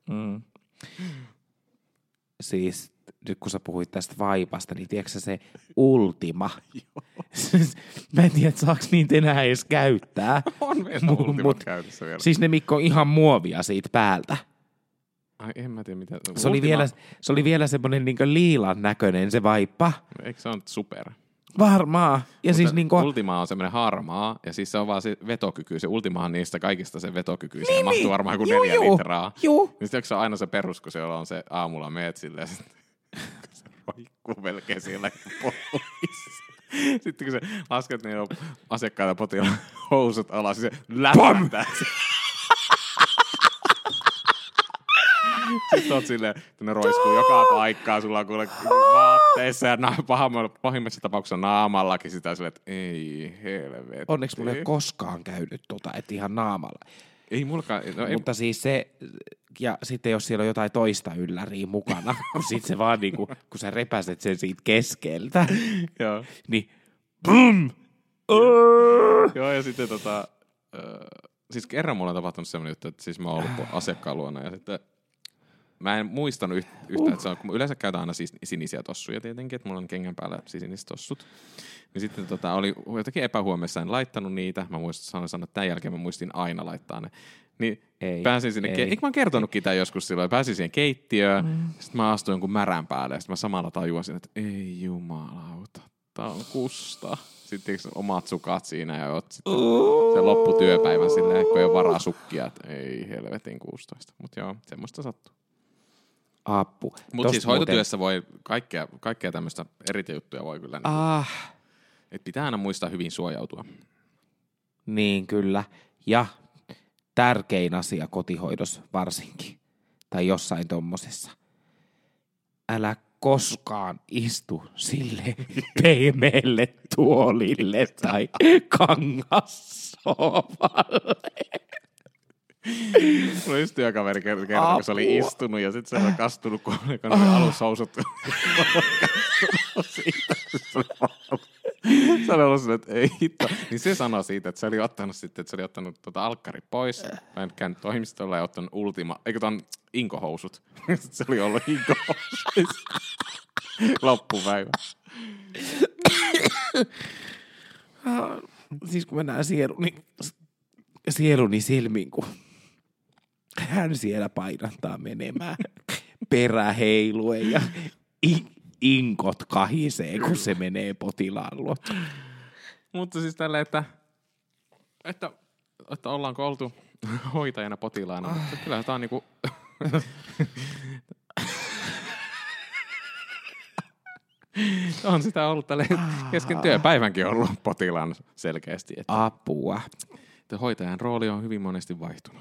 Siis nyt kun sä puhuit tästä vaipasta, niin tiedätkö se Ultima? Mä en tiedä, saako niitä enää edes käyttää. On meillä Ultimat käytössä vielä. Siis ne Mikko on ihan muovia siitä päältä. Ai en mä tiedä mitä. Se oli vielä semmoinen niinku liilan näköinen se vaippa. Eikö se on super? Varmaan. Ja siis niinku Ultima on semmoinen harmaa, ja siis se on vaan se vetokyky. Se Ultima on niistä kaikista se vetokyky. Siihen mahtuu varmaan kuin 4 litraa. Joo. Niin sitten se on aina se perus, kun siellä on se aamulla meet silleen, se roikkuu melkein siellä pois. Sitten kun se lasket niin asiakkaita potilaan housut alas, niin se läpähtää. Sitten oot silleen, että ne roiskuu joka paikkaan, sulla on kuule vaatteissa ja pahimmassa tapauksessa naamallakin sitä silleen, että ei helvetti. Onneksi mulla ei ole koskaan käynyt että ihan naamalla. Ei mullakaan. No, mutta siis se, ja sitten jos siellä on jotain toista ylläriä mukana, kun sit se vaan niinku, kun sä repäset sen siitä keskeltä, joo. Niin BUM! Joo, ja sitten siis kerran mulla on tapahtunut semmoinen juttu, että siis mä oon ollut asiakkaan luona ja sitten mä en muistanut yhtään, että se on, kun yleensä käytän aina siis sinisiä tossuja tietenkin, että mulla on kengän päällä siniset tossut. Niin sitten oli jotenkin epähuomessa, en laittanut niitä. Mä sanoin, että tämän jälkeen mä muistin aina laittaa ne. Niin pääsin sinne, eikö mä oon kertonutkin tämän joskus silloin, pääsin siihen keittiöön, sitten mä astuin jonkun märän päälle ja sitten mä samalla tajuasin, että ei jumalauta, tää on kusta. Sitten omat sukat siinä ja oot sitten sen lopputyöpäivän silleen, kun ei ole varaa sukkia, että ei helvetin 16. Mutta joo, semmoista sattuu. Appu. Mutta siis hoitotyössä voi kaikkea tämmöistä juttuja voi kyllä. Että pitää aina muistaa hyvin suojautua. Niin kyllä. Ja tärkein asia kotihoidossa varsinkin. Tai jossain tommosessa. Älä koskaan istu sille pehmeälle tuolille tai kangassovalle. Mulla on just työkaveri kerran, kun se oli istunut ja sitten se oli kastunut, kun alushousut kastunut siitä. Se oli ollut että ei hitto. Niin se sanoi siitä, että se oli ottanut sitten, että se oli ottanut alkkari pois. Mä en käynyt toimistolla ja ottanut ton inkohousut. Sitten se oli ollut inkohousut. Loppupäivä. Siis kun mä näen sieluni silmin, kun hän siellä painattaa menemään peräheiluen ja inkot kahisee, kun se menee potilaan luo. Mutta siis tälleen, että että ollaanko oltu hoitajana potilaana, mutta kyllä tämä on niinku... On sitä ollut tälle kesken työpäivänkin ollut potilaan selkeästi. Että Apua. Hoitajan rooli on hyvin monesti vaihtunut.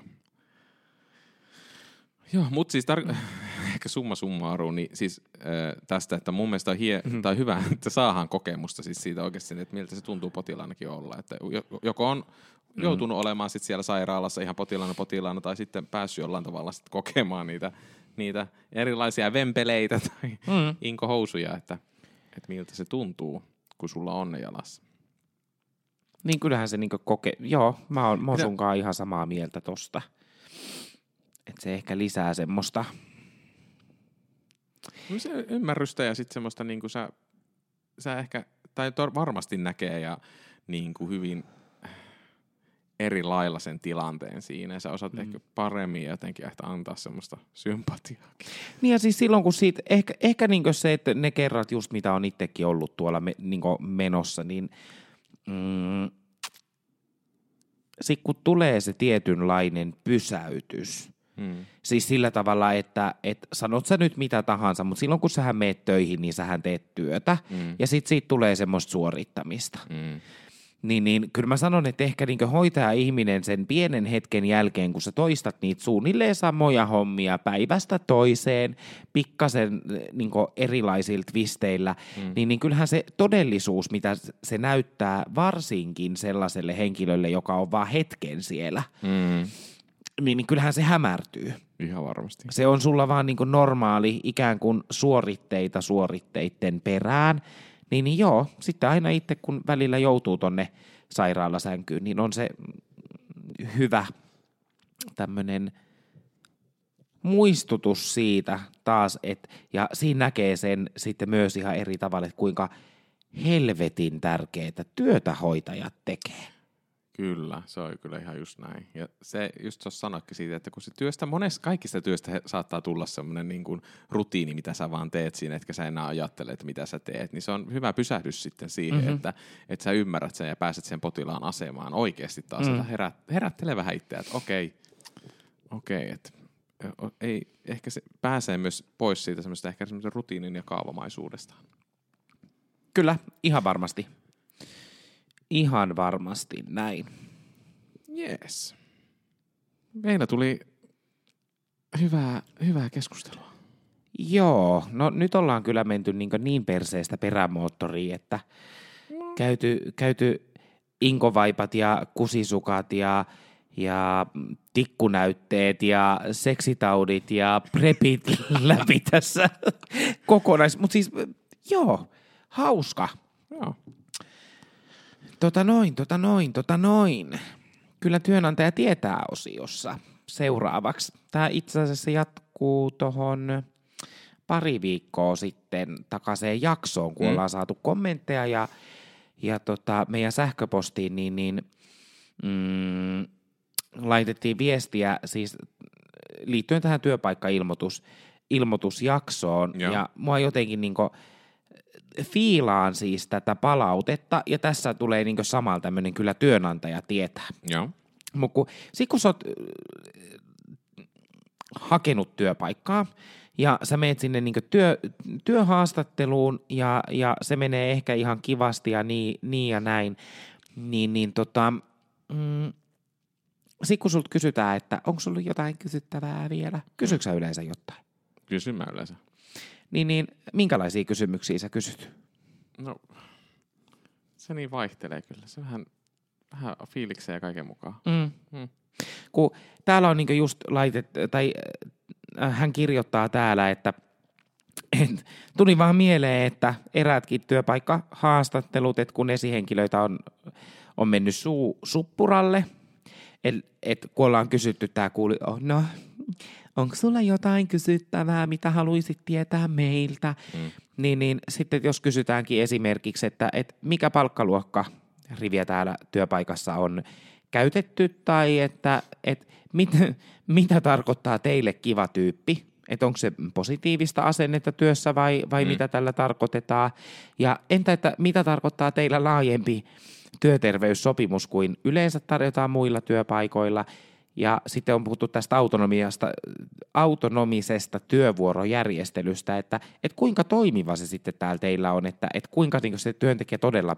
Joo, mutta siis ehkä summa summarum, niin siis tästä, että mun mielestä on tai hyvä, että saadaan kokemusta siis siitä oikeasti, että miltä se tuntuu potilaanakin olla. Että joko on joutunut olemaan sit siellä sairaalassa ihan potilaana tai sitten päässyt jollain tavalla sit kokemaan niitä erilaisia vempeleitä tai inkohousuja, että miltä se tuntuu, kun sulla on ne jalassa. Niin kyllähän se niinku joo, mä oon sunkaan ihan samaa mieltä tosta. Että se ehkä lisää semmoista. No se ymmärrystä ja sitten semmoista niinku sä ehkä, tai varmasti näkee ja niinku hyvin eri lailla sen tilanteen siinä. Ja sä osaat ehkä paremmin jotenkin antaa semmoista sympatiaakin. Niin ja siis silloin kun siitä, ehkä niinku se, että ne kerrat just mitä on itsekin ollut tuolla niinku menossa, niin sitten kun tulee se tietynlainen pysäytys, siis sillä tavalla, että sanot sä nyt mitä tahansa, mutta silloin kun sähän meet töihin, niin sähän teet työtä ja sitten siitä tulee semmoista suorittamista. Niin kyllä mä sanon, että ehkä niin hoitaja-ihminen sen pienen hetken jälkeen, kun sä toistat niitä suunnilleen samoja hommia päivästä toiseen, pikkasen niin erilaisilla twisteillä, niin kyllähän se todellisuus, mitä se näyttää varsinkin sellaiselle henkilölle, joka on vaan hetken siellä, niin kyllähän se hämärtyy. Ihan varmasti. Se on sulla vaan niin normaali ikään kuin suoritteita suoritteiden perään. Niin joo, sitten aina itse kun välillä joutuu tonne sairaalasänkyyn, niin on se hyvä tämmöinen muistutus siitä taas, ja siinä näkee sen sitten myös ihan eri tavalla, että kuinka helvetin tärkeää työtä hoitajat tekee. Kyllä, se on kyllä ihan just näin. Ja se just tuossa sanoikin siitä, että kun se työstä, kaikista työstä saattaa tulla semmoinen niin kuin rutiini, mitä sä vaan teet siinä, etkä sä enää ajattele, että mitä sä teet, niin se on hyvä pysähdys sitten siihen, että sä ymmärrät sen ja pääset sen potilaan asemaan oikeasti taas, että herättele vähän itseä, että okei, että ei, ehkä se pääsee myös pois siitä semmoista ehkä semmoisen rutiinin ja kaavamaisuudesta. Kyllä, ihan varmasti. Ihan varmasti näin. Jees. Meillä tuli hyvää keskustelua. Joo, no nyt ollaan kyllä menty niin perseestä perämoottoriin, että käyty inkovaipat ja kusisukat ja tikkunäytteet ja seksitaudit ja prepit läpi tässä mutta siis joo, hauska. Joo. Kyllä työnantaja tietää osiossa seuraavaksi. Tämä itse asiassa jatkuu tuohon pari viikkoa sitten takaisin jaksoon, kun ollaan saatu kommentteja ja meidän sähköpostiin niin laitettiin viestiä siis liittyen tähän työpaikka-ilmoitusjaksoon ja mua jotenkin fiilaan siis tätä palautetta, ja tässä tulee samalla tämmöinen kyllä työnantaja tietää. Joo. Mutta kun sä oot hakenut työpaikkaa, ja sä meet sinne työhaastatteluun, ja se menee ehkä ihan kivasti ja niin ja näin, sit kun sulta kysytään, että onko sulla jotain kysyttävää vielä, kysytkö sä yleensä jotain? Kysyn mä yleensä. Niin minkälaisia kysymyksiä sä kysyt? No, se niin vaihtelee kyllä. Se vähän fiilikseen ja kaiken mukaan. Kun täällä on just laitettu, tai hän kirjoittaa täällä, että tuli vaan mieleen, että eräätkin työpaikkahaastattelut, että kun esihenkilöitä on mennyt suppuralle, että kun ollaan kysytty, tämä no, onko sulla jotain kysyttävää, mitä haluaisit tietää meiltä? Niin sitten jos kysytäänkin esimerkiksi, että mikä palkkaluokka riviä täällä työpaikassa on käytetty, tai että mitä tarkoittaa teille kiva tyyppi, että onko se positiivista asennetta työssä vai mitä tällä tarkoitetaan, ja entä että mitä tarkoittaa teillä laajempi työterveyssopimus kuin yleensä tarjotaan muilla työpaikoilla. Ja sitten on puhuttu tästä autonomisesta työvuorojärjestelystä, että kuinka toimiva se sitten täällä teillä on, että kuinka niin se työntekijä todella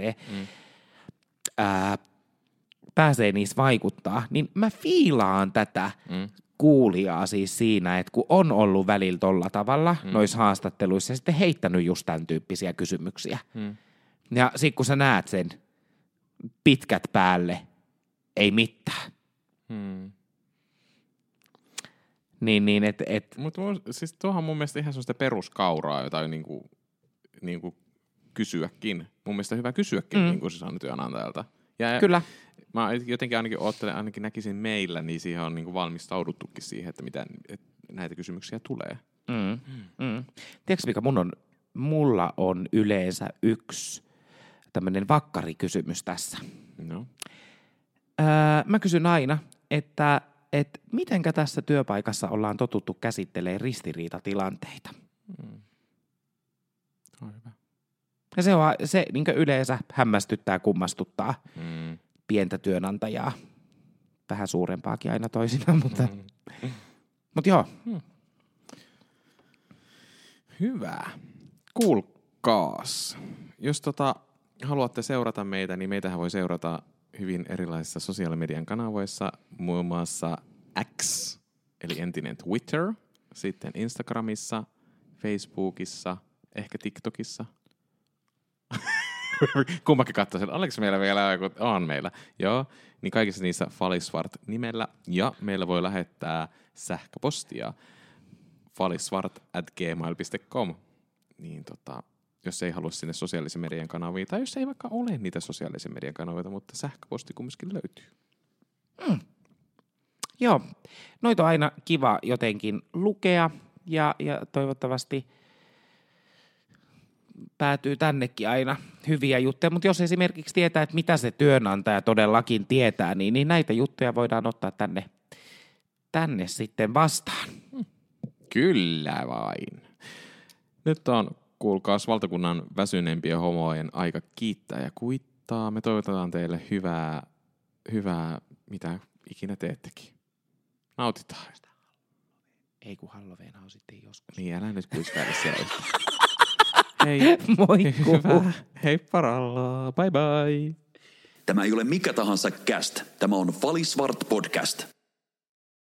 pääsee niissä vaikuttaa. Niin mä fiilaan tätä kuulijaa siis siinä, että kun on ollut välillä tolla tavalla noissa haastatteluissa ja sitten heittänyt just tämän tyyppisiä kysymyksiä. Ja sitten kun sä näet sen pitkät päälle, ei mitään. Niin, Mutta siis tuohan mun mielestä ihan sellaista peruskauraa, jota niinku kysyäkin. Mun mielestä hyvä kysyäkin, niin kuin se sanoo työnantajalta. Ja kyllä. Mä jotenkin ainakin näkisin meillä, niin siihen on niinku valmistauduttukin siihen, että näitä kysymyksiä tulee. Tiedätkö mikä mulla on yleensä yksi tämmöinen vakkarikysymys tässä. No. Mä kysyn aina, että mitenkä tässä työpaikassa ollaan totuttu käsittelemään ristiriitatilanteita. On hyvä. Ja se niin yleensä hämmästyttää, kummastuttaa pientä työnantajaa. Vähän suurempaakin aina toisinaan, mutta joo. Hyvä. Kuulkaas. Jos haluatte seurata meitä, niin meitähän voi seurata hyvin erilaisissa sosiaalimedian kanavoissa, muun muassa X, eli entinen Twitter, sitten Instagramissa, Facebookissa, ehkä TikTokissa. Kummakin katsoi sen. Oliko meillä vielä joku? On meillä. Joo. Niin kaikissa niissä Falisvart-nimellä. Ja meillä voi lähettää sähköpostia falisvart@gmail.com. Niin jos ei halua sinne sosiaalisen median kanaviin, tai jos ei vaikka ole niitä sosiaalisen median kanavia, mutta sähköposti kumminkin löytyy. Joo. Noita on aina kiva jotenkin lukea ja toivottavasti päätyy tännekin aina hyviä juttuja, mutta jos esimerkiksi tietää, että mitä se työnantaja todellakin tietää, niin näitä juttuja voidaan ottaa tänne sitten vastaan. Kyllä vain. Nyt on, kuulkaas, valtakunnan väsyneempien homojen aika kiittää ja kuittaa. Me toivotetaan teille hyvää mitä ikinä teettekin. Nautitaan. Ei kun Halloween on sitten joskus. Niin, älä nyt kuispäile siellä yhtään. Hei, moikku. Hyvä. Hei paralla. Bye bye. Tämä ei ole mikä tahansa cast. Tämä on Falisvart podcast.